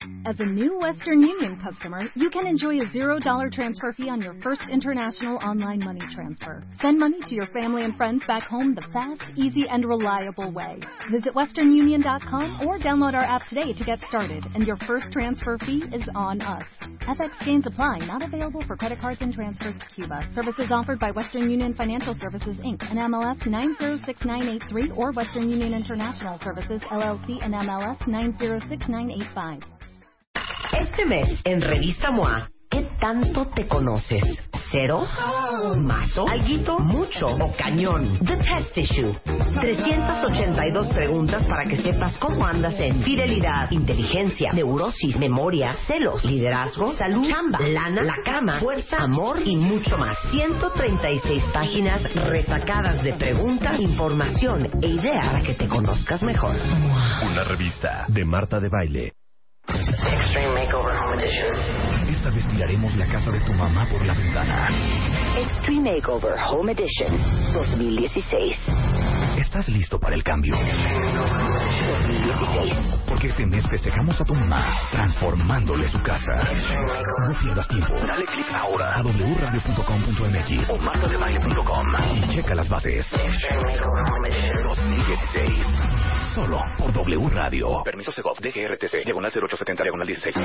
As a new Western Union customer, you can enjoy a $0 transfer fee on your first international online money transfer. Send money to your family and friends back home the fast, easy, and reliable way. Visit westernunion.com or download our app today to get started, and your first transfer fee is on us. FX gains apply, not available for credit cards and transfers to Cuba. Services offered by Western Union Financial Services, Inc., and MLS 906983, or Western Union International Services, LLC, and MLS 906985. Este mes, en Revista MOA, ¿qué tanto te conoces? ¿Cero? ¿Mazo? ¿Alguito? ¿Mucho? ¿O cañón? The Test Issue. 382 preguntas para que sepas cómo andas en fidelidad, inteligencia, neurosis, memoria, celos, liderazgo, salud, chamba, lana, la cama, fuerza, amor y mucho más. 136 páginas retacadas de preguntas, información e ideas para que te conozcas mejor. Una revista de Marta de Baile. Extreme Makeover Home Edition. Esta vez tiraremos la casa de tu mamá por la ventana. Extreme Makeover Home Edition 2016. ¿Estás listo para el cambio? 2016. Porque este mes festejamos a tu mamá transformándole su casa. No pierdas tiempo. Dale clic ahora a wradio.com.mx o martadebaile.com y checa las bases. Extreme Makeover Home Edition 2016. Solo por W Radio. Permiso Segov, DGRTC, diagonal 0870, diagonal 16.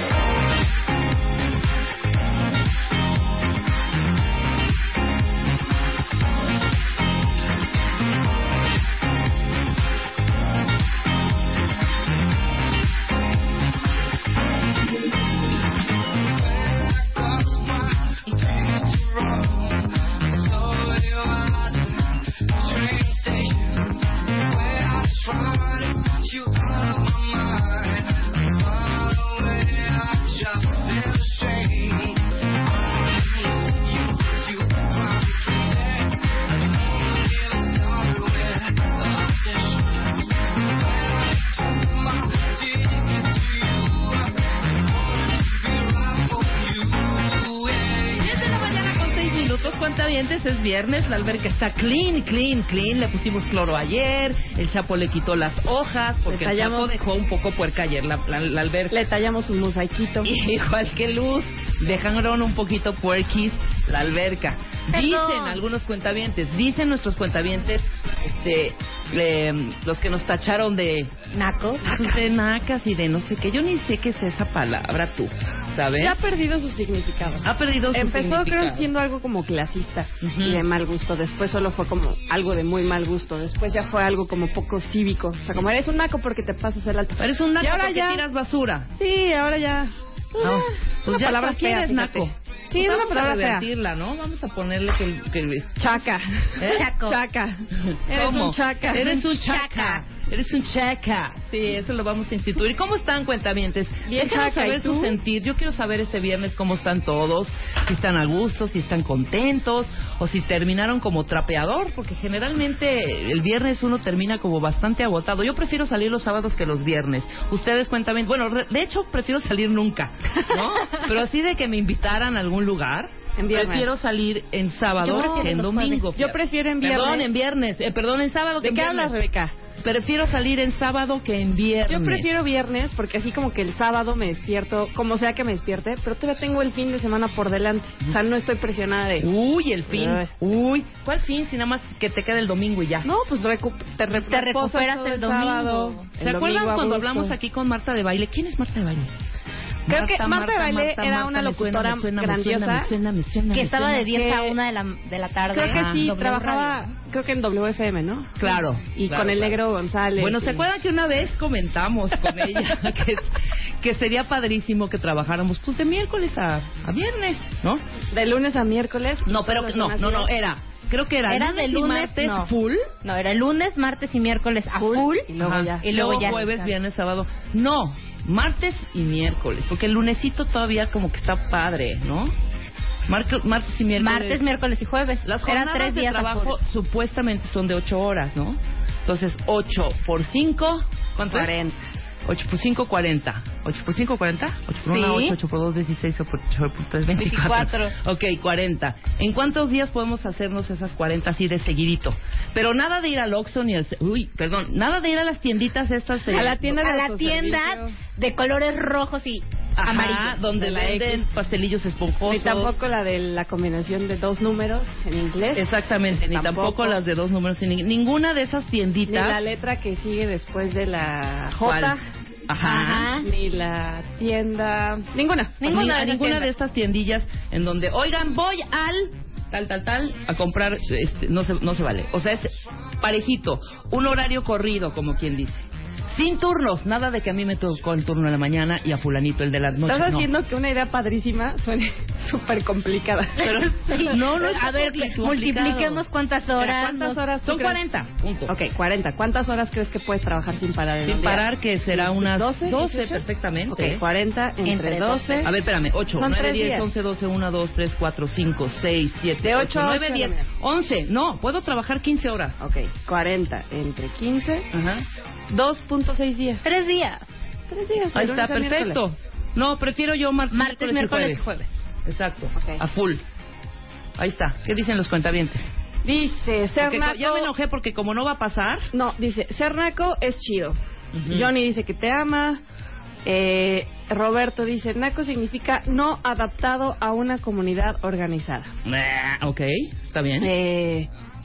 Es viernes, la alberca está clean. Le pusimos cloro ayer, el Chapo le quitó las hojas porque el Chapo dejó un poco puerca ayer la alberca. Le tallamos un mosaiquito. Igual que Luz, dejaron un poquito puerquis la alberca. Dicen algunos cuentavientes, dicen nuestros cuentavientes, los que nos tacharon de nacos, de nacas y de no sé qué. Yo ni sé qué es esa palabra, tú, ¿sabes? Ya ha perdido su significado. Empezó creo siendo algo como clasista y de mal gusto. Después solo fue como algo de muy mal gusto. Después ya fue algo como poco cívico. O sea, como eres un naco porque te pasas el alto. Eres un naco porque tiras basura. Sí, ahora ya. No. Pues ya palabra fea, es naco. Sí, es una palabra fea. Vamos a revertirla, ¿no? Vamos a ponerle que chaca. Chaco. Chaca. Eres un chaca. Eres un chaca. Eres un chaca. Sí, eso lo vamos a instituir. ¿Cómo están, cuentavientes? Bien, déjanos saber su sentir. Yo quiero saber este viernes cómo están todos. Si están a gusto, si están contentos, o si terminaron como trapeador, porque generalmente el viernes uno termina como bastante agotado. Yo prefiero salir los sábados que los viernes. Ustedes cuentan, bueno, de hecho prefiero salir nunca, ¿no? Pero así de que me invitaran a algún lugar. Prefiero salir en sábado que en domingo. Yo prefiero en viernes. Perdón, en sábado que en viernes. ¿De qué hablas, Rebeca? Prefiero salir en sábado que en viernes. Yo prefiero viernes porque así como que el sábado me despierto, como sea que me despierte, pero todavía tengo el fin de semana por delante. O sea, no estoy presionada de... Uy, el fin. Uy, ¿cuál fin? Si nada más que te queda el domingo y ya. No, pues te recuperas el domingo. ¿Se acuerdan cuando hablamos aquí con Marta de Baile? ¿Quién es Marta de Baile? Creo que Marta de Baile era una locutora grandiosa que estaba de 10 a 1 de la tarde. Creo que sí, trabajaba, creo que en WFM, ¿no? Claro. Y con el Negro González. Bueno, ¿se acuerdan que una vez comentamos con ella que sería padrísimo que trabajáramos pues de miércoles a viernes, ¿no? De lunes a miércoles. No, pero no, era... Creo que era de lunes martes full. No, era lunes, martes y miércoles a full. Y luego ya. Y luego jueves, viernes, sábado. No, martes y miércoles. Porque el lunesito todavía como que está padre, ¿no? Martes y miércoles. Martes, miércoles y jueves. Las jornadas 3 días de trabajo supuestamente son de 8 horas, ¿no? Entonces, 8 por 5, ¿cuánto? 40. 8 por 5, 40. 8 por 5, 40. 8 por 1, 8, 8 por 2, 16, 8 por 3, 24. Ok, 40. ¿En cuántos días podemos hacernos esas 40 así de seguidito? Pero nada de ir al Oxxo ni al... nada de ir a las tienditas estas... a la tienda de colores rojos y amarillos. Donde venden pastelillos esponjosos. Ni tampoco la de la combinación de 2 números en inglés. Exactamente, ni tampoco las de 2 números en inglés. Ninguna de esas tienditas. Ni la letra que sigue después de la J. ¿Cuál? Ajá. Ni la tienda... Ninguna de estas tiendillas en donde, oigan, voy al... tal, a comprar, no se vale. O sea, es parejito, un horario corrido, como quien dice. Sin turnos, nada de que a mí me tocó el turno de la mañana y a fulanito el de la noche. Estás haciendo que una idea padrísima suene súper complicada. Pero sí. No, a ver, multipliquemos cuántas horas. ¿Cuántas horas son 40, punto. Ok, 40. ¿Cuántas horas crees que puedes trabajar sin parar? Sin parar, que será unas 12 perfectamente. Ok, 40 entre 12. A ver, espérame, 8, son 9, 10, 11, 12, 1, 2, 3, 4, 5, 6, 7, 8, 9, 10, 11. No, puedo trabajar 15 horas. Ok, 40 entre 15. Ajá. 2.6 días. 3 días. Ahí está, perfecto. No, prefiero yo martes, miércoles y jueves. Exacto, okay. A full. Ahí está. ¿Qué dicen los cuentavientes? Dice, ser naco... Ya me enojé porque como no va a pasar... No, dice, ser naco es chido. Johnny dice que te ama. Roberto dice, naco significa no adaptado a una comunidad organizada. Ok, está bien.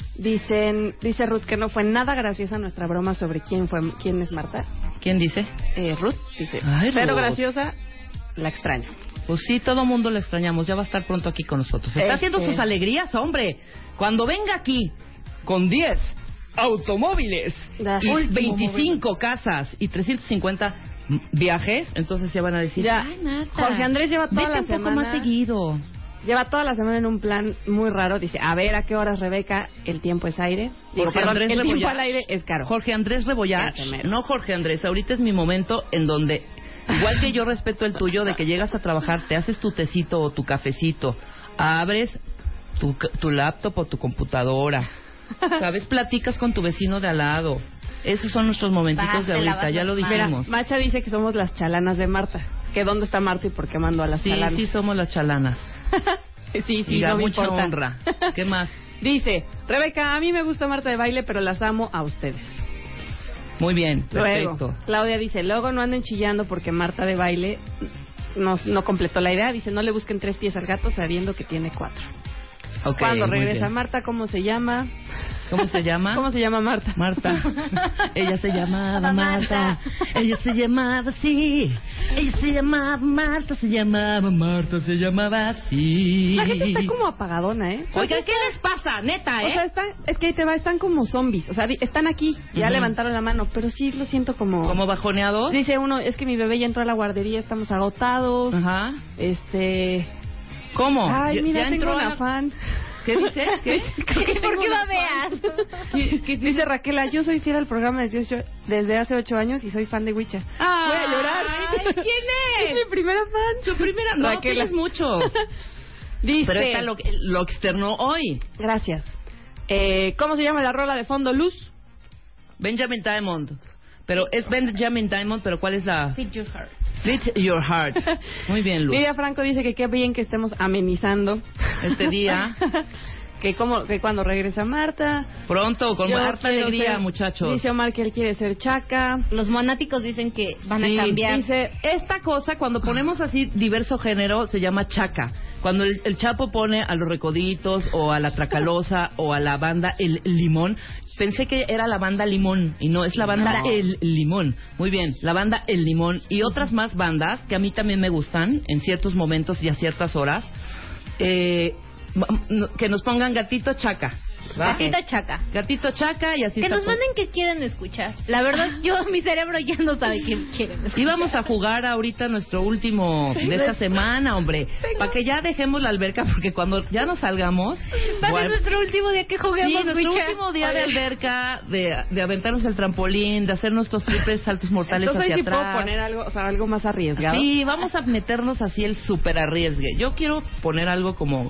Dice Ruth que no fue nada graciosa nuestra broma sobre quién es Marta. ¿Quién dice? Ruth dice. Ay, pero Ruth. Graciosa, la extraño. Pues sí, todo mundo la extrañamos. Ya va a estar pronto aquí con nosotros. Está haciendo sus alegrías, hombre. Cuando venga aquí con 10 automóviles y 25 casas y 350 viajes, entonces ya van a decir, ya. Ay, Marta, Jorge Andrés lleva toda la semana. Un poco más seguido. Lleva toda la semana en un plan muy raro. Dice, a ver, ¿a qué horas, Rebeca? El tiempo es aire. El tiempo al aire es caro. Jorge Andrés Rebollar. No, Jorge Andrés, ahorita es mi momento en donde, igual que yo respeto el tuyo, de que llegas a trabajar, te haces tu tecito o tu cafecito, abres tu laptop o tu computadora, ¿sabes? Platicas con tu vecino de al lado. Esos son nuestros momentitos de ahorita, ya lo dijimos. Mira, Macha dice que somos las chalanas de Marta. Que dónde está Marta y por qué mandó a las chalanas. Sí, somos las chalanas. sí, no mucha importa. Honra. ¿Qué más? Dice, Rebeca, a mí me gusta Marta de Baile, pero las amo a ustedes. Muy bien, perfecto. Luego, Claudia dice, luego no anden chillando porque Marta de Baile no completó la idea. Dice, no le busquen 3 pies al gato sabiendo que tiene 4. Okay, cuando regresa Marta, ¿cómo se llama? ¿Cómo se llama? ¿Cómo se llama Marta? Marta. Ella se llamaba Marta. Ella se llamaba así. Ella se llamaba Marta. Se llamaba así. La gente está como apagadona, ¿eh? Oigan, ¿qué les pasa? Neta, ¿eh? O sea, es que ahí te va, están como zombies. O sea, están aquí, ya levantaron la mano, pero sí lo siento como... ¿Como bajoneados? Dice uno, es que mi bebé ya entró a la guardería, estamos agotados. Ajá. ¿Cómo? Ay, mira, ya tengo una fan. ¿Qué dice? ¿Por qué babeas? Dice Raquel, yo soy fiel al programa desde hace 8 años y soy fan de Witcher. Voy a llorar. Ay, ¿quién es? Es mi primera fan. ¿Su primera? No, Raquel. tienes muchos. Dice... Pero esta lo externó hoy. Gracias. ¿Cómo se llama la rola de fondo, Luz? Benjamin Diamond. Pero es Benjamin Diamond, pero ¿cuál es la...? Fit Your Heart. Fit Your Heart. Muy bien, Luz. Lidia Franco dice que qué bien que estemos amenizando este día. que cuando regresa Marta. Pronto, con harta alegría, muchachos. Dice Omar que él quiere ser Chaca. Los monáticos dicen que van a cambiar. Dice, esta cosa, cuando ponemos así diverso género, se llama Chaca. Cuando el Chapo pone a los Recoditos o a la Tracalosa o a la banda El Limón, pensé que era la banda Limón y no, es la banda El Limón. Muy bien, la banda El Limón y otras más bandas que a mí también me gustan en ciertos momentos y a ciertas horas. Que nos pongan Gatito Chaca. ¿Va? Gatito Chaca y así. Que nos manden qué quieren escuchar. La verdad, mi cerebro ya no sabe qué quieren escuchar. Íbamos a jugar ahorita nuestro último de esta semana, hombre. Para que ya dejemos la alberca, porque cuando ya nos salgamos... Va a ser nuestro último día que juguemos. Sí, nuestro último día de alberca, de aventarnos el trampolín, de hacer nuestros triples saltos mortales. Entonces, hacia atrás. Puedo poner algo más arriesgado. Sí, vamos a meternos así el super arriesgue. Yo quiero poner algo como...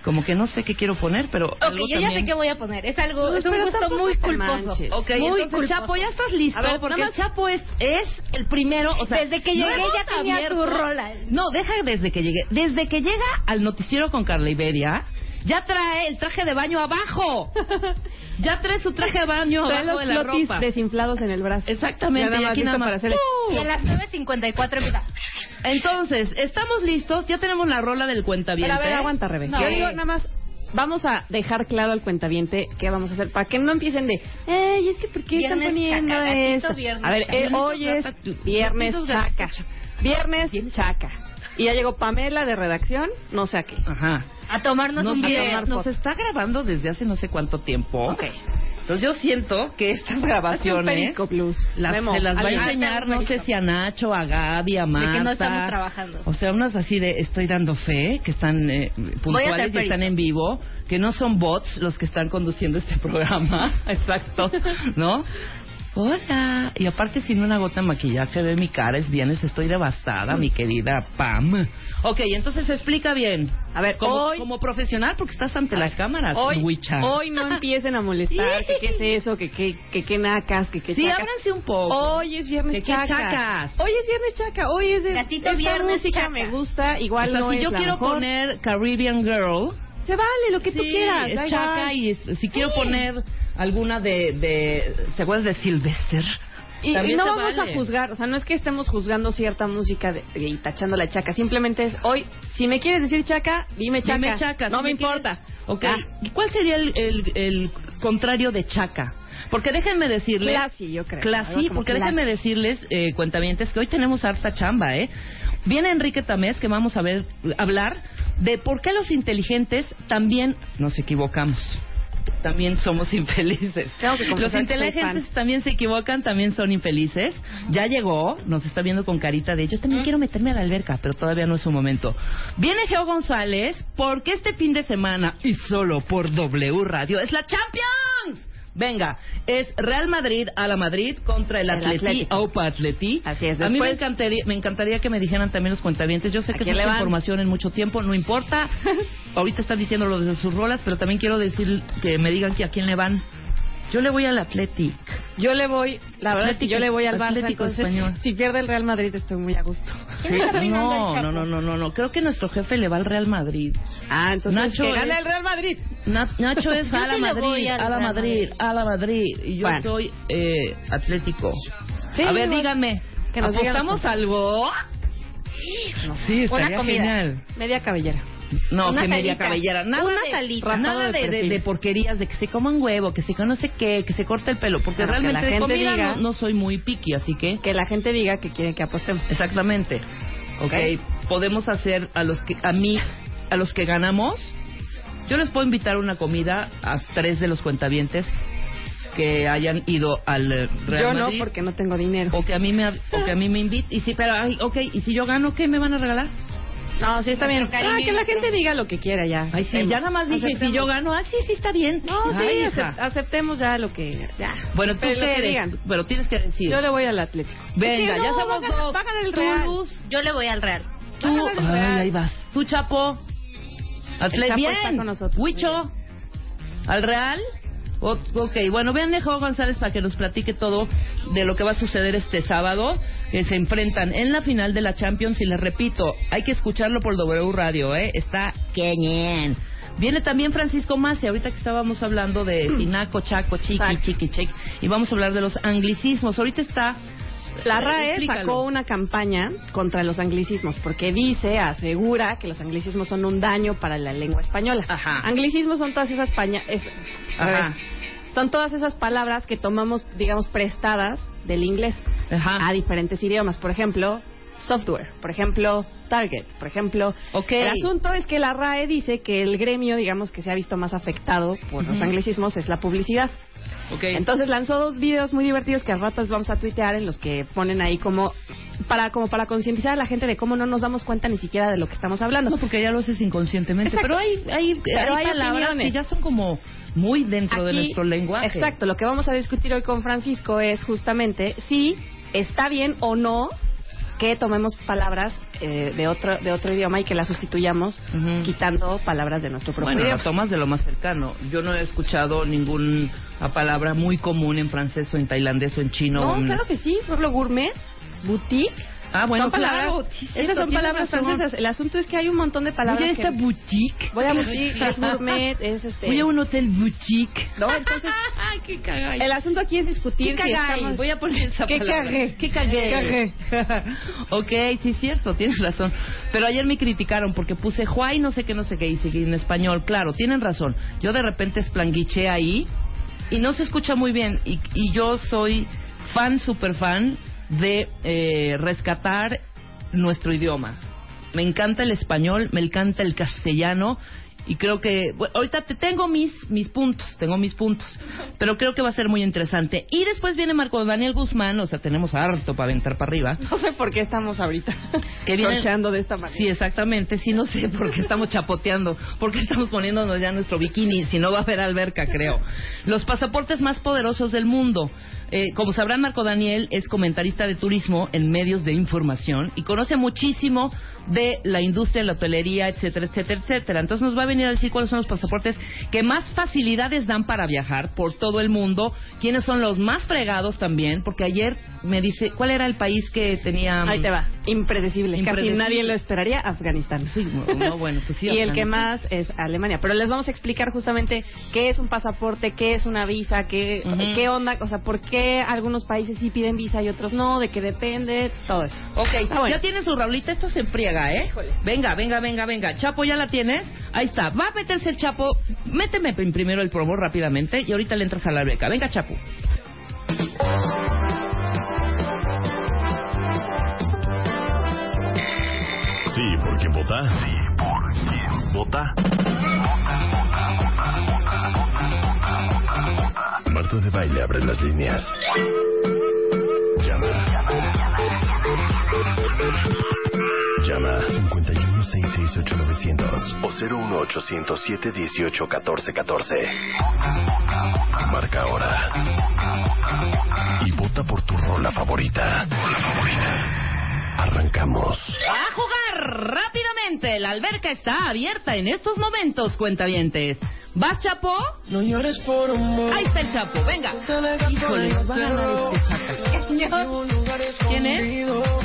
como que no sé qué quiero poner, pero yo también... ya sé qué voy a poner. Es algo, es un gusto muy culposo. Ok, muy entonces, Chapo, ya estás listo, a ver, porque el Chapo es el primero, o sea... Desde que llegué ya tenía su rola. No, deja desde que llegué. Desde que llega al noticiero con Carla Iberia, ya trae el traje de baño abajo. Ya trae su traje de baño abajo de la ropa. Desinflados en el brazo. Exactamente, y aquí nada más. Y a las 9:54 empieza. Entonces, estamos listos, ya tenemos la rola del cuentaviente. Pero a ver, aguanta, Rebe. Yo digo nada más, vamos a dejar claro al cuentaviente qué vamos a hacer, para que no empiecen de, es que ¿por qué viernes están poniendo chaca, esto? Viernes, a ver, hoy es viernes chaca. Viernes chaca. Y ya llegó Pamela de redacción, no sé a qué. Ajá. A tomarnos un video. Nos está grabando desde hace no sé cuánto tiempo. Ok. Entonces yo siento que estas grabaciones se las va a enseñar, no sé si a Nacho, a Gaby, a Marta. De que no estamos trabajando. O sea, unas así de estoy dando fe, que están puntuales y están en vivo, que no son bots los que están conduciendo este programa. Exacto, ¿no? Hola. Y aparte sin una gota de maquillaje ve mi cara, es viernes, estoy devastada, mi querida Pam. Ok, entonces explica bien. A ver, como profesional, porque estás ante la cámara, hoy no empiecen a molestar, que qué es eso, que qué nacas, que qué sí, chacas. ábranse un poco. Hoy es viernes chaca. Hoy es viernes chaca, hoy es de Gatito viernes música chaca. Me gusta, igual o sea, no si es yo la quiero mejor. poner Caribbean Girl, se vale lo que tú quieras. Es chaca y si quiero poner alguna de ¿te acuerdas de Sylvester? Y no vamos a juzgar, o sea, no es que estemos juzgando cierta música y tachando la chaca, simplemente es hoy, si me quieres decir chaca, dime chaca, no me importa. Ok, ¿y cuál sería el contrario de chaca? Porque déjenme decirles... Classy, yo creo. Classy, porque déjenme decirles, cuentavientes, que hoy tenemos harta chamba, ¿eh? Viene Enrique Tamés, que vamos a hablar de por qué los inteligentes también nos equivocamos. También somos infelices. Los inteligentes también se equivocan, también son infelices. Ya llegó, nos está viendo con carita de yo también quiero meterme a la alberca, pero todavía no es su momento. Viene Geo González porque este fin de semana, y solo por W Radio, es la Champions. Venga, es Real Madrid a la Madrid contra el Atleti, Aupa Atleti. Así es. A mí me encantaría que me dijeran también los cuentavientes. Yo sé que es mucha información en mucho tiempo, no importa. Ahorita están diciendo lo de sus rolas, pero también quiero decir que me digan que a quién le van. Yo le voy al Athletic. Yo le voy, la verdad es que yo le voy al Barça. Atlético Español. Si pierde el Real Madrid estoy muy a gusto. Sí. No. Creo que nuestro jefe le va al Real Madrid. Ah, entonces Nacho que gana el Real Madrid. Nacho es a la Madrid. Y yo soy Atlético. Sí, a ver, díganme. ¿Apostamos algo? Sí, estaría genial. Media cabellera. No, una que media cabellera. Nada de porquerías, de que se coman huevo, que se no sé qué, que se corte el pelo. Porque realmente de comida no soy muy picky, así que... Que la gente diga que quieren que apostemos. Exactamente. Okay. Podemos hacer a los que ganamos. Yo les puedo invitar una comida a 3 de los cuentavientes que hayan ido al Real Madrid. Yo no, porque no tengo dinero. O que a mí me invite. Y si, pero, y si yo gano, ¿qué me van a regalar? No, sí está bien. Que la gente diga lo que quiera ya. Ay, sí, ya nada más dije, si yo gano, sí está bien. No, sí, aceptemos ya lo que... Ya. Bueno, tú qué eres, pero tienes que decir. Yo le voy al Atlético. Venga, ya somos dos. Va a ganar el Real. Luz, yo le voy al Real. Tú, ahí vas. Tú, Chapo. Atlético. Bien. Huicho. ¿Al Real? Ok, bueno, vean a Geo González para que nos platique todo de lo que va a suceder este sábado, que se enfrentan en la final de la Champions, y les repito, hay que escucharlo por W Radio, está queñén. Viene también Francisco Masi, ahorita que estábamos hablando de Tinaco, Chaco, Chiqui, y vamos a hablar de los anglicismos. Ahorita está... La RAE sacó una campaña contra los anglicismos porque asegura que los anglicismos son un daño para la lengua española. Ajá. Anglicismos son todas esas son todas esas palabras que tomamos, digamos, prestadas del inglés a diferentes idiomas. Por ejemplo, software, por ejemplo, target, por ejemplo. El asunto es que la RAE dice que el gremio, digamos, que se ha visto más afectado por los anglicismos es la publicidad. Entonces lanzó 2 videos muy divertidos que al rato les vamos a tuitear, en los que ponen ahí como para concientizar a la gente de cómo no nos damos cuenta ni siquiera de lo que estamos hablando. No, porque ya lo haces inconscientemente. Exacto. Pero hay palabras que ya son como muy dentro de nuestro lenguaje. Exacto. Lo que vamos a discutir hoy con Francisco es justamente si está bien o no que tomemos palabras de otro idioma y que las sustituyamos quitando palabras de nuestro propio idioma. Bueno, tomas de lo más cercano. Yo no he escuchado ninguna palabra muy común en francés o en tailandés o en chino. No, claro que sí. Por ejemplo, gourmet, boutique. Ah, bueno, son palabras, claro. Sí, esas son palabras francesas. El asunto es que hay un montón de palabras. Voy a esta boutique. Voy a boutique, es gourmet, es Voy a un hotel boutique. No, entonces. ¡Qué cagáis! El asunto aquí es discutir. ¿Qué cagáis? Voy a poner esa palabra. ¿Qué cagué? Ok, sí es cierto, tienes razón. Pero ayer me criticaron porque puse Juay no sé qué, y seguí en español. Claro, tienen razón. Yo de repente esplanguiché ahí y no se escucha muy bien. Y yo soy súper fan de rescatar nuestro idioma. Me encanta el español, me encanta el castellano y creo que ahorita tengo mis puntos, pero creo que va a ser muy interesante. Y después viene Marco Daniel Guzmán, o sea, tenemos harto para aventar para arriba. No sé por qué estamos ahorita torcheando de esta manera. Sí, exactamente, sí, no sé por qué estamos chapoteando, por qué estamos poniéndonos ya nuestro bikini, si no va a haber alberca, creo. Los pasaportes más poderosos del mundo. Como sabrán, Marco Daniel es comentarista de turismo en medios de información y conoce muchísimo de la industria de la hotelería, etcétera, etcétera, etcétera. Entonces nos va a venir a decir cuáles son los pasaportes que más facilidades dan para viajar por todo el mundo, quiénes son los más fregados también, porque ayer me dice, ¿cuál era el país que tenía? Ahí te va, impredecible. Casi nadie lo esperaría, Afganistán. Sí, no, bueno, pues sí. Y el que más es Alemania. Pero les vamos a explicar justamente qué es un pasaporte, qué es una visa, qué onda, o sea, por qué algunos países sí piden visa y otros no, de qué depende, todo eso. Ok, bueno. Ya tienen su Raulita, esto se enfriega, ¿eh? Híjole. Venga. Chapo, ¿ya la tienes? Ahí está, va a meterse el Chapo. Méteme primero el promo rápidamente y ahorita le entras a la alberca. Venga, Chapo. Sí, ¿por quién vota? Sí, ¿por quién vota? Marta de Baile abre las líneas. Llama 51668900 o 01807-181414. Marca ahora y vota por tu rola favorita. Arrancamos. A jugar rápidamente. La alberca está abierta en estos momentos, cuentavientes. ¿Vas, Chapo? No llores por amor. Ahí está el Chapo, venga. Híjole, va a ganar este Chapo. ¿Quién es?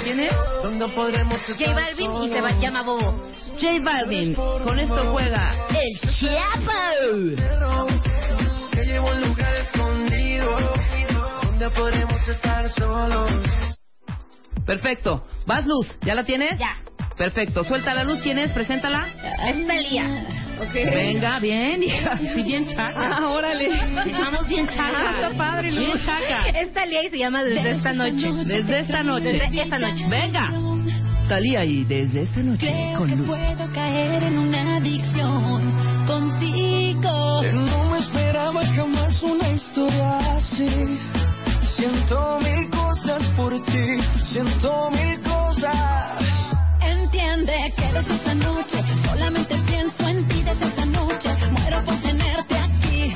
J Balvin y se llama Bobo. J Balvin, con esto juega el Chapo. Te llevo a un lugar escondido donde podremos estar solos. Perfecto. ¿Vas, Luz? ¿Ya la tienes? Ya. Perfecto. Suelta la luz. ¿Quién es? Preséntala. Es Thalía. Okay. Venga, bien, hija. Sí, bien chaca. Órale. Vamos bien chaca. Está padre, Luz. Bien chaca. Es Thalía y se llama Desde esta noche. Desde esta noche. Desde esta noche. Venga. Thalía y Desde esta noche con Luz. Puedo caer en una adicción contigo. No me esperaba jamás una historia así. Siento mil cosas por ti, siento mil cosas. Entiende que desde esta noche solamente pienso en ti. Desde esta noche muero por tenerte aquí.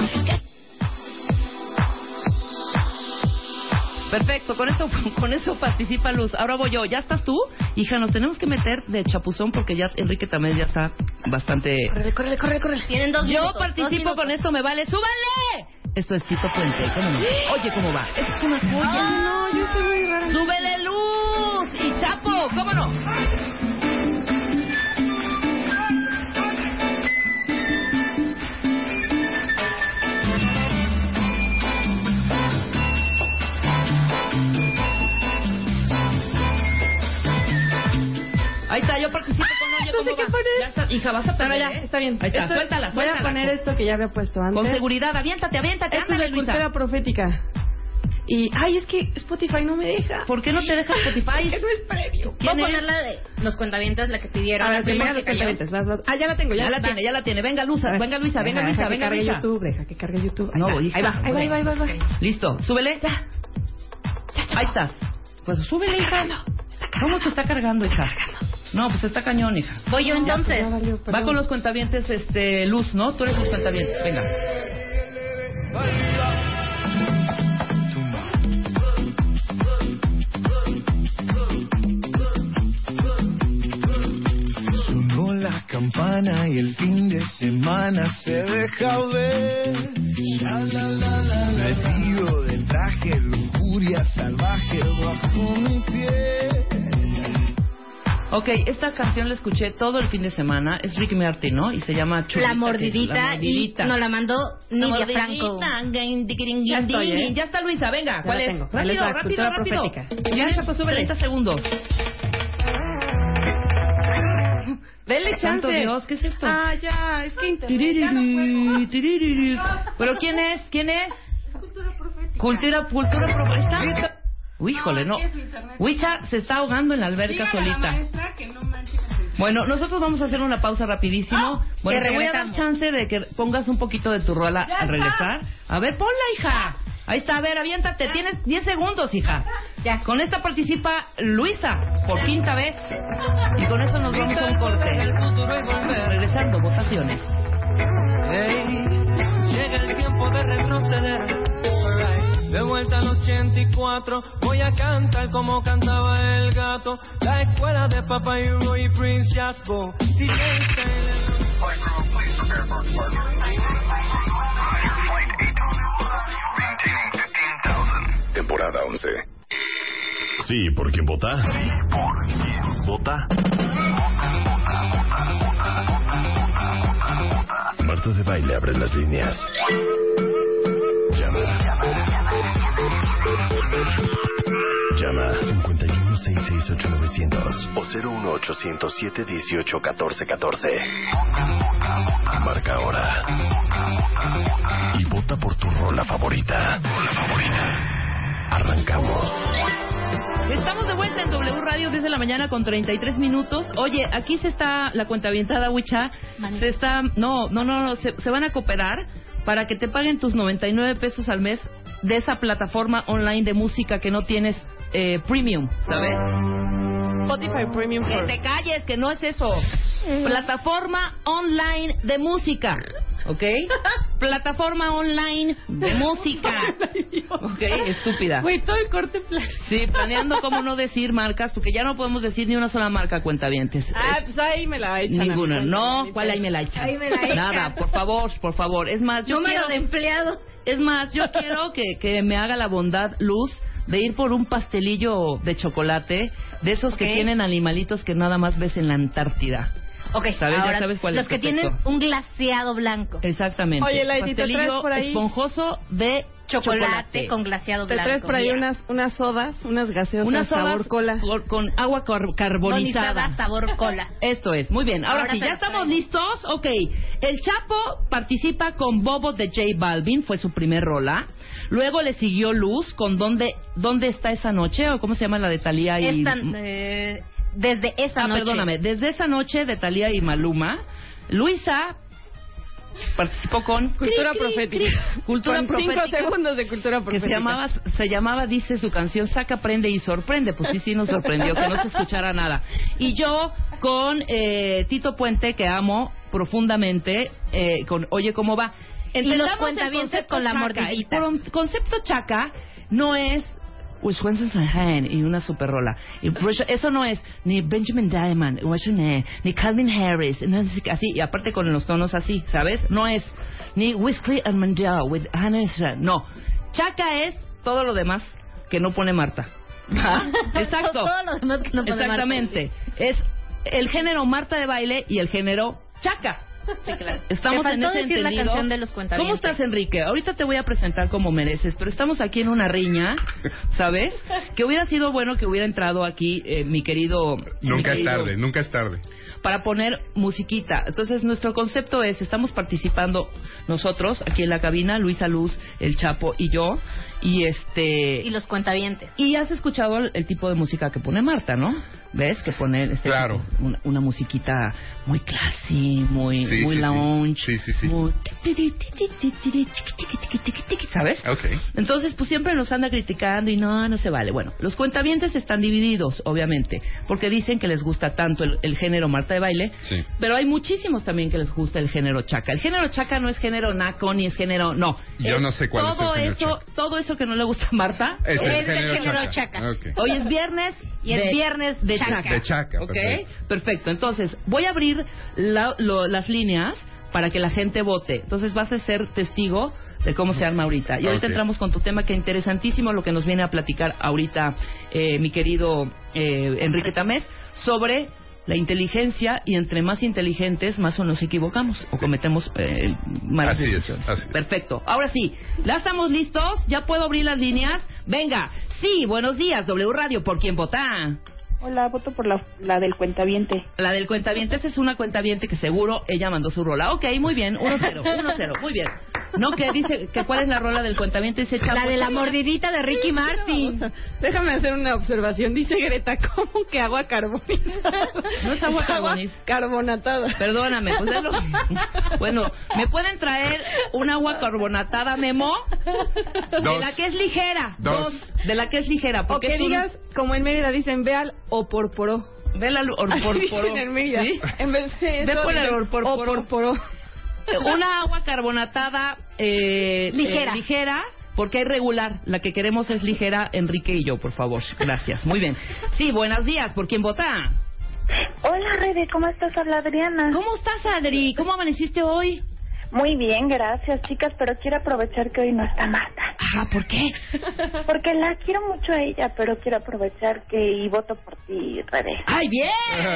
Perfecto, con eso participa Luz. Ahora voy yo. ¿Ya estás tú? Hija, nos tenemos que meter de chapuzón porque ya Enrique también ya está bastante... Corre. Tienen 2 Yo minutos. participo con esto, me vale. ¡Súbale! Esto es Tito Puente. ¿Cómo no? Oye, ¿cómo va? Esto es una joya. No, yo estoy muy rara. ¡Súbele, Luz! Y Chapo, ¿cómo no? Ahí está, yo participo con Oye, ¿cómo va? Ya está, hija, vas a perder, ya, está bien. Ahí está, suéltala. Voy a poner esto que ya había puesto antes. Con seguridad, aviéntate, Esto es ándale, de Luisa. cultura profética. Y, es que Spotify no me deja. ¿Por qué no te deja Spotify? Eso es previo. Voy a poner la de los cuentavientes, la que pidieron. A ver, la primera los que cayó. cuentavientes. Vas. Ya la tengo, Ya la tiene. Venga, Luisa, venga, Luisa. Deja que cargue YouTube. No, hija. Ahí va. Listo, súbele. Ya. Ahí está. Pues súbele, hija. ¿Cómo te está cargando, hija? No, pues está cañón, hija. Voy yo entonces. Va con los cuentavientes, Luz, ¿no? Tú eres los cuentavientes. Venga. campana y el fin de semana se deja ver. Vestido de traje, lujuria salvaje bajo mi piel. Ok, esta canción la escuché todo el fin de semana. Es Ricky Martin, ¿no? Y se llama Chulita. La mordidita. Y nos la mandó Nidia Franco. Ya estoy, ¿eh? Ya está Luisa, venga. ¿Cuál es? Rápido. Ya está, pues súbele. 30 segundos. Dele chance. Dios, ¿qué es esto? Ah, ya, es que internet. ¿Pero quién es? Cultura profética. Uy, híjole, no. Wicha se está ahogando en la alberca solita. Bueno, nosotros vamos a hacer una pausa rapidísimo. Bueno, te voy a dar chance de que pongas un poquito de tu rola al regresar. A ver, ponla, hija. Ahí está, a ver, aviéntate. Tienes 10 segundos, hija. Ya. Con esta participa Luisa, por quinta vez. Y con eso nos vamos a un corte. Regresando, votaciones. Hey, llega el tiempo de retroceder. De vuelta al 84, voy a cantar como cantaba el gato. La escuela de Papa Hugo y Prince Jasco. Temporada 11. Sí, ¿por quién vota? Vota. Marta de Baile abre las líneas. Llama 51668900 o 01807181414. Marca ahora y vota por tu rola favorita. Arrancamos. Estamos de vuelta en W Radio 10 de la mañana con 33 minutos. Oye, aquí se está la cuentavientada Wicha. Se está... No. Se van a cooperar para que te paguen tus 99 pesos al mes de esa plataforma online de música que no tienes premium, ¿sabes? Spotify Premium. Que te calles, que no es eso. Plataforma online de música, ¿ok? Plataforma online de música. ¿Ok? Estúpida. Güey, todo el corte Sí, planeando cómo no decir marcas, porque ya no podemos decir ni una sola marca, cuentavientes. Pues ahí me la echan. Ninguna. No, ¿cuál ahí me la echan? Ahí me la echan. Nada, por favor. Es más, yo Número quiero... de empleados. Es más, yo quiero que me haga la bondad, Luz, de ir por un pastelillo de chocolate, de esos que tienen animalitos que nada más ves en la Antártida. Ok, ¿sabes? ahora, ya sabes cuál los es que perfecto. tienen un glaseado blanco. Exactamente. Oye, Laidito, pastelillo ¿traes por ahí esponjoso de chocolate con glaseado te blanco. traes por ahí unas sodas, unas gaseosas, unas sodas sabor cola. con agua carbonizada. Sabor cola. Esto es, muy bien. Ahora sí, ¿ya estamos listos? Ok. El Chapo participa con Bobo de J Balvin, fue su primer rola. Luego le siguió Luz con ¿Dónde está esa noche? ¿O cómo se llama la de Thalía y... Desde esa noche. Perdóname, Desde esa noche de Thalía y Maluma. Luisa participó con Cultura Profética. Cultura con Profética. 5 segundos de Cultura Profética. Que se llamaba, dice su canción, Saca, Prende y Sorprende. Pues sí nos sorprendió que no se escuchara nada. Y yo con Tito Puente, que amo profundamente, con Oye Cómo Va. Y los cuentavientes con la mordidita. El concepto chaca no es y una super rola. Eso no es ni Benjamin Diamond, ni Calvin Harris, así, y aparte con los tonos así, ¿sabes? No es ni Whiskey and Mandel with Hannah. No. Chaca es todo lo demás que no pone Marta. Exacto. Todo lo demás que no pone Exactamente. Marta. Es el género Marta de Baile y el género chaca. Sí, claro. Estamos en ese decir entendido. La canción de los cuentavientes. ¿Cómo estás, Enrique? Ahorita te voy a presentar como mereces, pero estamos aquí en una riña, ¿sabes? Que hubiera sido bueno que hubiera entrado aquí mi querido... Nunca es tarde. Para poner musiquita. Entonces, nuestro concepto es, estamos participando nosotros, aquí en la cabina, Luisa Luz, el Chapo y yo, y los cuentavientes. Y has escuchado el tipo de música que pone Marta, ¿no? ¿Ves? Que pone claro. Una musiquita muy classy, muy lounge. Sí. Muy... ¿Sabes? Okay. Entonces, pues siempre nos anda criticando y no se vale. Bueno, los cuentavientes están divididos, obviamente, porque dicen que les gusta tanto el género Marta de Baile, pero hay muchísimos también que les gusta el género chaca. El género chaca no es género naco ni es género... No. Yo no sé cuál es el género chaca. Todo eso que no le gusta a Marta es el género chaca. Okay. Hoy es viernes Y es viernes de chaca. De chaca, ¿ok? Perfecto. Entonces, voy a abrir las líneas para que la gente vote. Entonces, vas a ser testigo de cómo se arma ahorita. Y ahorita entramos con tu tema, que interesantísimo lo que nos viene a platicar ahorita mi querido Enrique Tamés, sobre la inteligencia, y entre más inteligentes, más o nos equivocamos o cometemos malas decisiones. Así es. Perfecto. Ahora sí, ¿ya estamos listos? ¿Ya puedo abrir las líneas? Venga. Sí, buenos días, W Radio, ¿por quién vota? Hola, voto por la del cuentaviente. La del cuentaviente, esa es una cuentaviente que seguro ella mandó su rola. Ok, muy bien, 1-0, muy bien. No, que dice, que ¿cuál es la rola del cuentaviente? Dice Chapo. La de la mordidita de Ricky Martin. No, déjame hacer una observación. Dice Greta, ¿cómo que agua carbonizada? No es agua carbonatada. Perdóname, pues es lo... Bueno, ¿me pueden traer un agua carbonatada, Memo? De la que es ligera. Dos. De la que es ligera. O que digas, como en Mérida dicen, ve al oporporó. Ve al oporporó. En Mérida. ¿Sí? En vez de eso, ve por el oporporó. Una agua carbonatada ligera, porque hay regular. La que queremos es ligera, Enrique y yo, por favor. Gracias. Muy bien. Sí, buenos días. ¿Por quién vota? Hola, Rebe, ¿cómo estás? Habla Adriana. ¿Cómo estás, Adri? ¿Cómo amaneciste hoy? Muy bien, gracias, chicas, pero quiero aprovechar que hoy no está Marta. Ah, ¿por qué? Porque la quiero mucho a ella, pero quiero aprovechar y voto por ti, Rebe. ¡Ay, bien!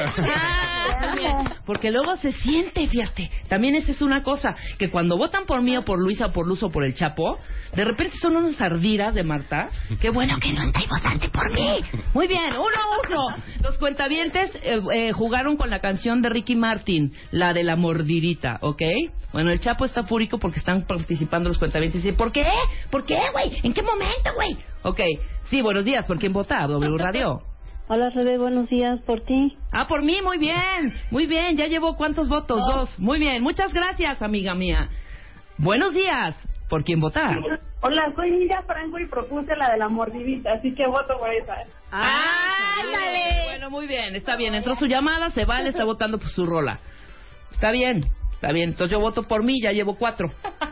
Muy bien. Porque luego se siente, fíjate. También esa es una cosa, que cuando votan por mí o por Luisa, por Luz o por el Chapo, de repente son unas ardidas de Marta. ¡Qué bueno que no estáis votando por mí! Muy bien, 1-1. Los cuentavientes jugaron con la canción de Ricky Martin, la de la mordidita, ¿ok? Bueno, el Chapo está fúrico porque están participando los cuentavientes y dice, ¿por qué? ¿Por qué, güey? ¿En qué momento, güey? Ok, sí, buenos días, ¿por quién vota? W Radio. Hola, Rebe, buenos días, ¿por ti? Ah, por mí, muy bien, ya llevo ¿cuántos votos? 2, muy bien, muchas gracias, amiga mía. Buenos días, ¿por quién vota? Hola, soy Lidia Franco y propuse la de la mordidita, así que voto por esa. ¡Ándale! Bueno, muy bien, está bien, entró su llamada, se vale, está votando por su rola. Está bien, entonces yo voto por mí, ya llevo 4.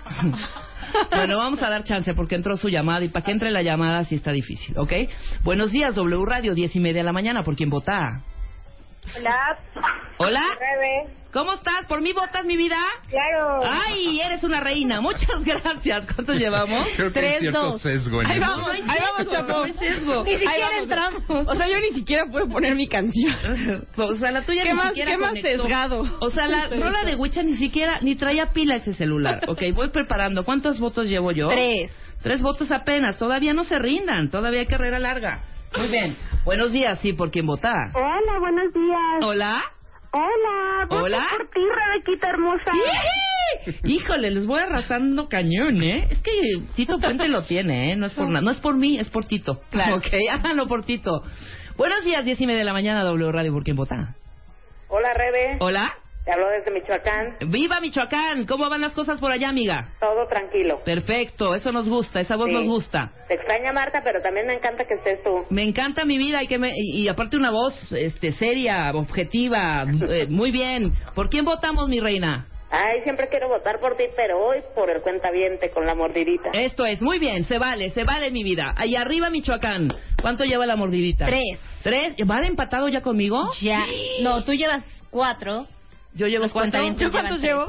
Bueno, vamos a dar chance porque entró su llamada y para que entre la llamada sí está difícil, ¿ok? Buenos días, W Radio, 10:30 de la mañana, ¿por quién vota? Hola. ¿Hola? Rebe. ¿Cómo estás? ¿Por mí votas, mi vida? Claro. ¡Ay, eres una reina! Muchas gracias. ¿Cuántos llevamos? Creo que hay cierto sesgo en Ahí eso. vamos, Chapo. Sesgo. Ni siquiera entramos. O sea, yo ni siquiera puedo poner mi canción. O sea, la tuya ¿Qué ni más, siquiera qué más conectó. sesgado? O sea, la rola de Huicha ni traía pila ese celular. Ok, voy preparando. ¿Cuántos votos llevo yo? 3 votos apenas. Todavía no se rindan. Todavía hay carrera larga. Muy bien. Buenos días, sí, ¿por quién vota? Hola, buenos días. ¿Hola? Hola, voto ¿Hola? por ti, Rebequita hermosa. ¡Yee! Híjole, les voy arrasando cañón, ¿eh? Es que Tito Puente lo tiene, ¿eh? No es por nada. No es por mí, es por Tito. Claro. Ok, háganlo por Tito. Buenos días, 10:30 de la mañana, W Radio, ¿por quién vota? Hola, Rebe. ¿Hola? Te hablo desde Michoacán. ¡Viva Michoacán! ¿Cómo van las cosas por allá, amiga? Todo tranquilo. Perfecto, eso nos gusta, esa voz nos gusta. Te extraña Marta, pero también me encanta que estés tú. Me encanta mi vida y aparte una voz seria, objetiva, muy bien. ¿Por quién votamos, mi reina? Ay, siempre quiero votar por ti, pero hoy por el cuentaviente con la mordidita. Esto es, muy bien, se vale mi vida. Ahí arriba Michoacán. ¿Cuánto lleva la mordidita? 3. ¿Van empatado ya conmigo? Ya. No, tú llevas 4. Yo llevo 4. ¿Yo cuántos llevo?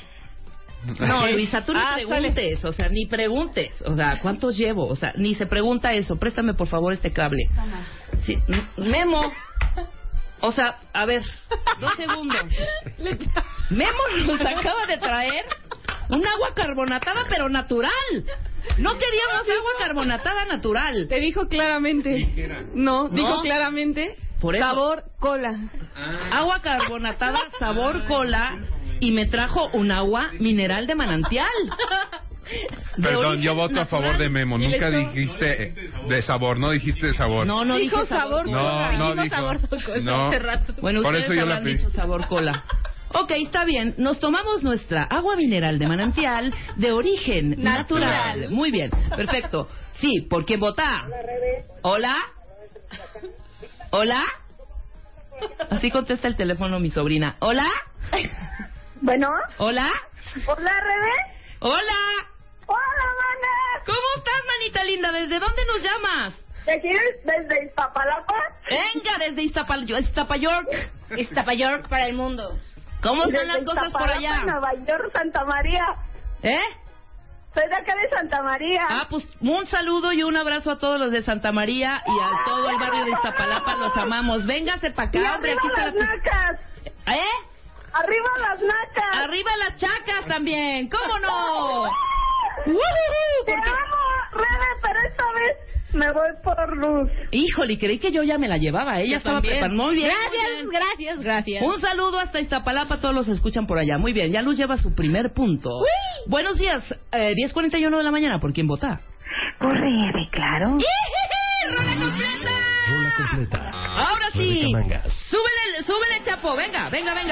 No, Luisa, tú ni preguntes, o sea, ni preguntes, o sea, ¿cuántos llevo? O sea, ni se pregunta eso. Préstame, por favor, este cable. Sí. Memo. O sea, a ver, 2 segundos. Memo nos acaba de traer un agua carbonatada, pero natural. No queríamos agua carbonatada natural. Te dijo claramente. No, dijo claramente. Por eso. Sabor cola. Agua carbonatada, sabor cola. Y me trajo un agua mineral de manantial. Perdón, yo voto a favor de Memo. Nunca dijiste de sabor, no dijiste de sabor. No dijo dije sabor cola. No dijo. Sabor cola. No. Bueno, por ustedes eso yo habrán dicho sabor cola. Ok, está bien. Nos tomamos nuestra agua mineral de manantial de origen natural. Muy bien, perfecto. Sí, ¿por quién vota? Hola. ¿Hola? Así contesta el teléfono mi sobrina. ¿Hola? Bueno. ¿Hola? Hola, Rebe. ¡Hola! Hola, mana. ¿Cómo estás, manita linda? ¿Desde dónde nos llamas? ¿Te quieres desde Iztapalapa? Venga, desde Iztapayork. Iztapayork para el mundo. ¿Cómo están las cosas por allá? Nueva York, Santa María. Soy de acá de Santa María. Pues un saludo y un abrazo a todos los de Santa María y a todo el barrio de Iztapalapa. Los amamos. Véngase para acá, hombre. Aquí está las nacas. Arriba las nacas. Arriba las chacas también. ¿Cómo no? Te amo, Rebe, pero esta vez me voy por Luz. Híjole, creí que yo ya me la llevaba. Ella estaba preparada. Muy bien. Gracias. Un saludo hasta Iztapalapa. Todos los escuchan por allá. Muy bien. Ya Luz lleva su primer punto. ¡Uy! Buenos días. 10:41 de la mañana. ¿Por quién vota? Por Rebe, claro. ¡Rola completa! Rola completa. Ahora sí. Mangas. Súbele, Chapo. Venga.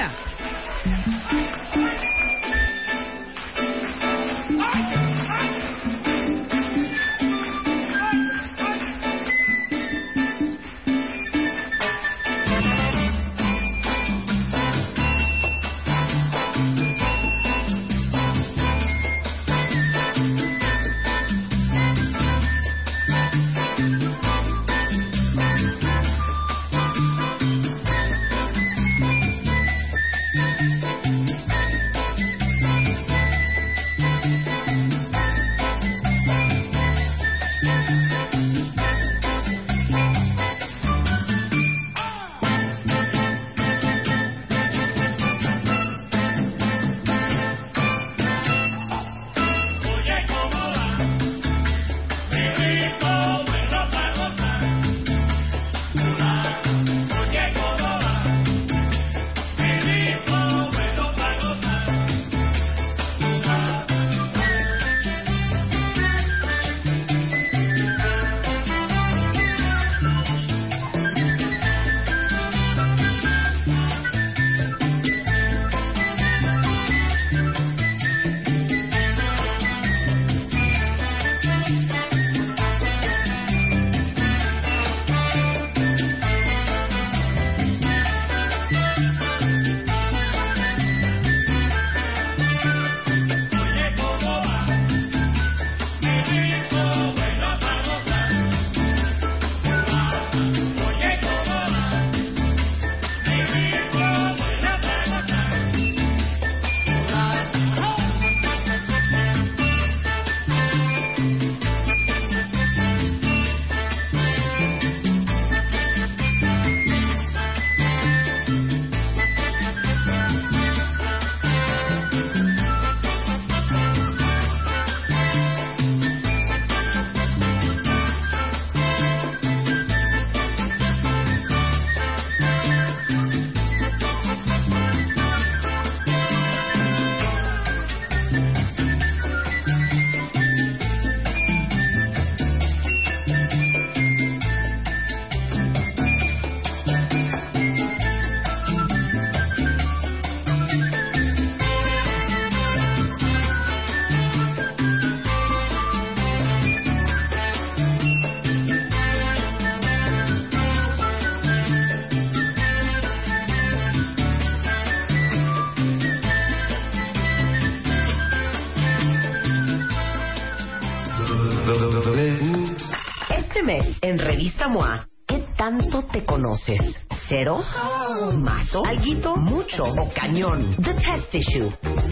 Este mes, en Revista MOA, ¿qué tanto te conoces? ¿Cero? ¿Mazo? ¿Alguito? ¿Mucho? ¿O cañón? The Test Issue.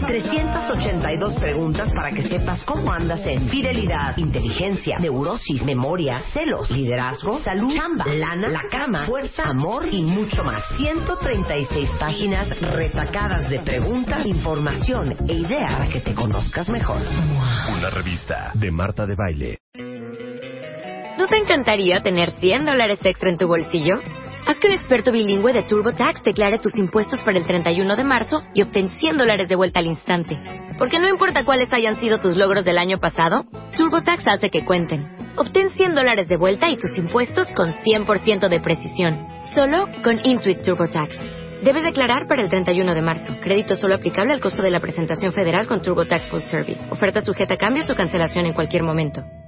382 preguntas para que sepas cómo andas en fidelidad, inteligencia, neurosis, memoria, celos, liderazgo, salud, chamba, lana, la cama, fuerza, amor y mucho más. 136 páginas retacadas de preguntas, información e ideas para que te conozcas mejor. Una revista de Marta de Baile. ¿No te encantaría tener $100 extra en tu bolsillo? Haz que un experto bilingüe de TurboTax declare tus impuestos para el 31 de marzo y obtén $100 de vuelta al instante. Porque no importa cuáles hayan sido tus logros del año pasado, TurboTax hace que cuenten. Obtén $100 de vuelta y tus impuestos con 100% de precisión. Solo con Intuit TurboTax. Debes declarar para el 31 de marzo. Crédito solo aplicable al costo de la presentación federal con TurboTax Full Service. Oferta sujeta a cambios o cancelación en cualquier momento.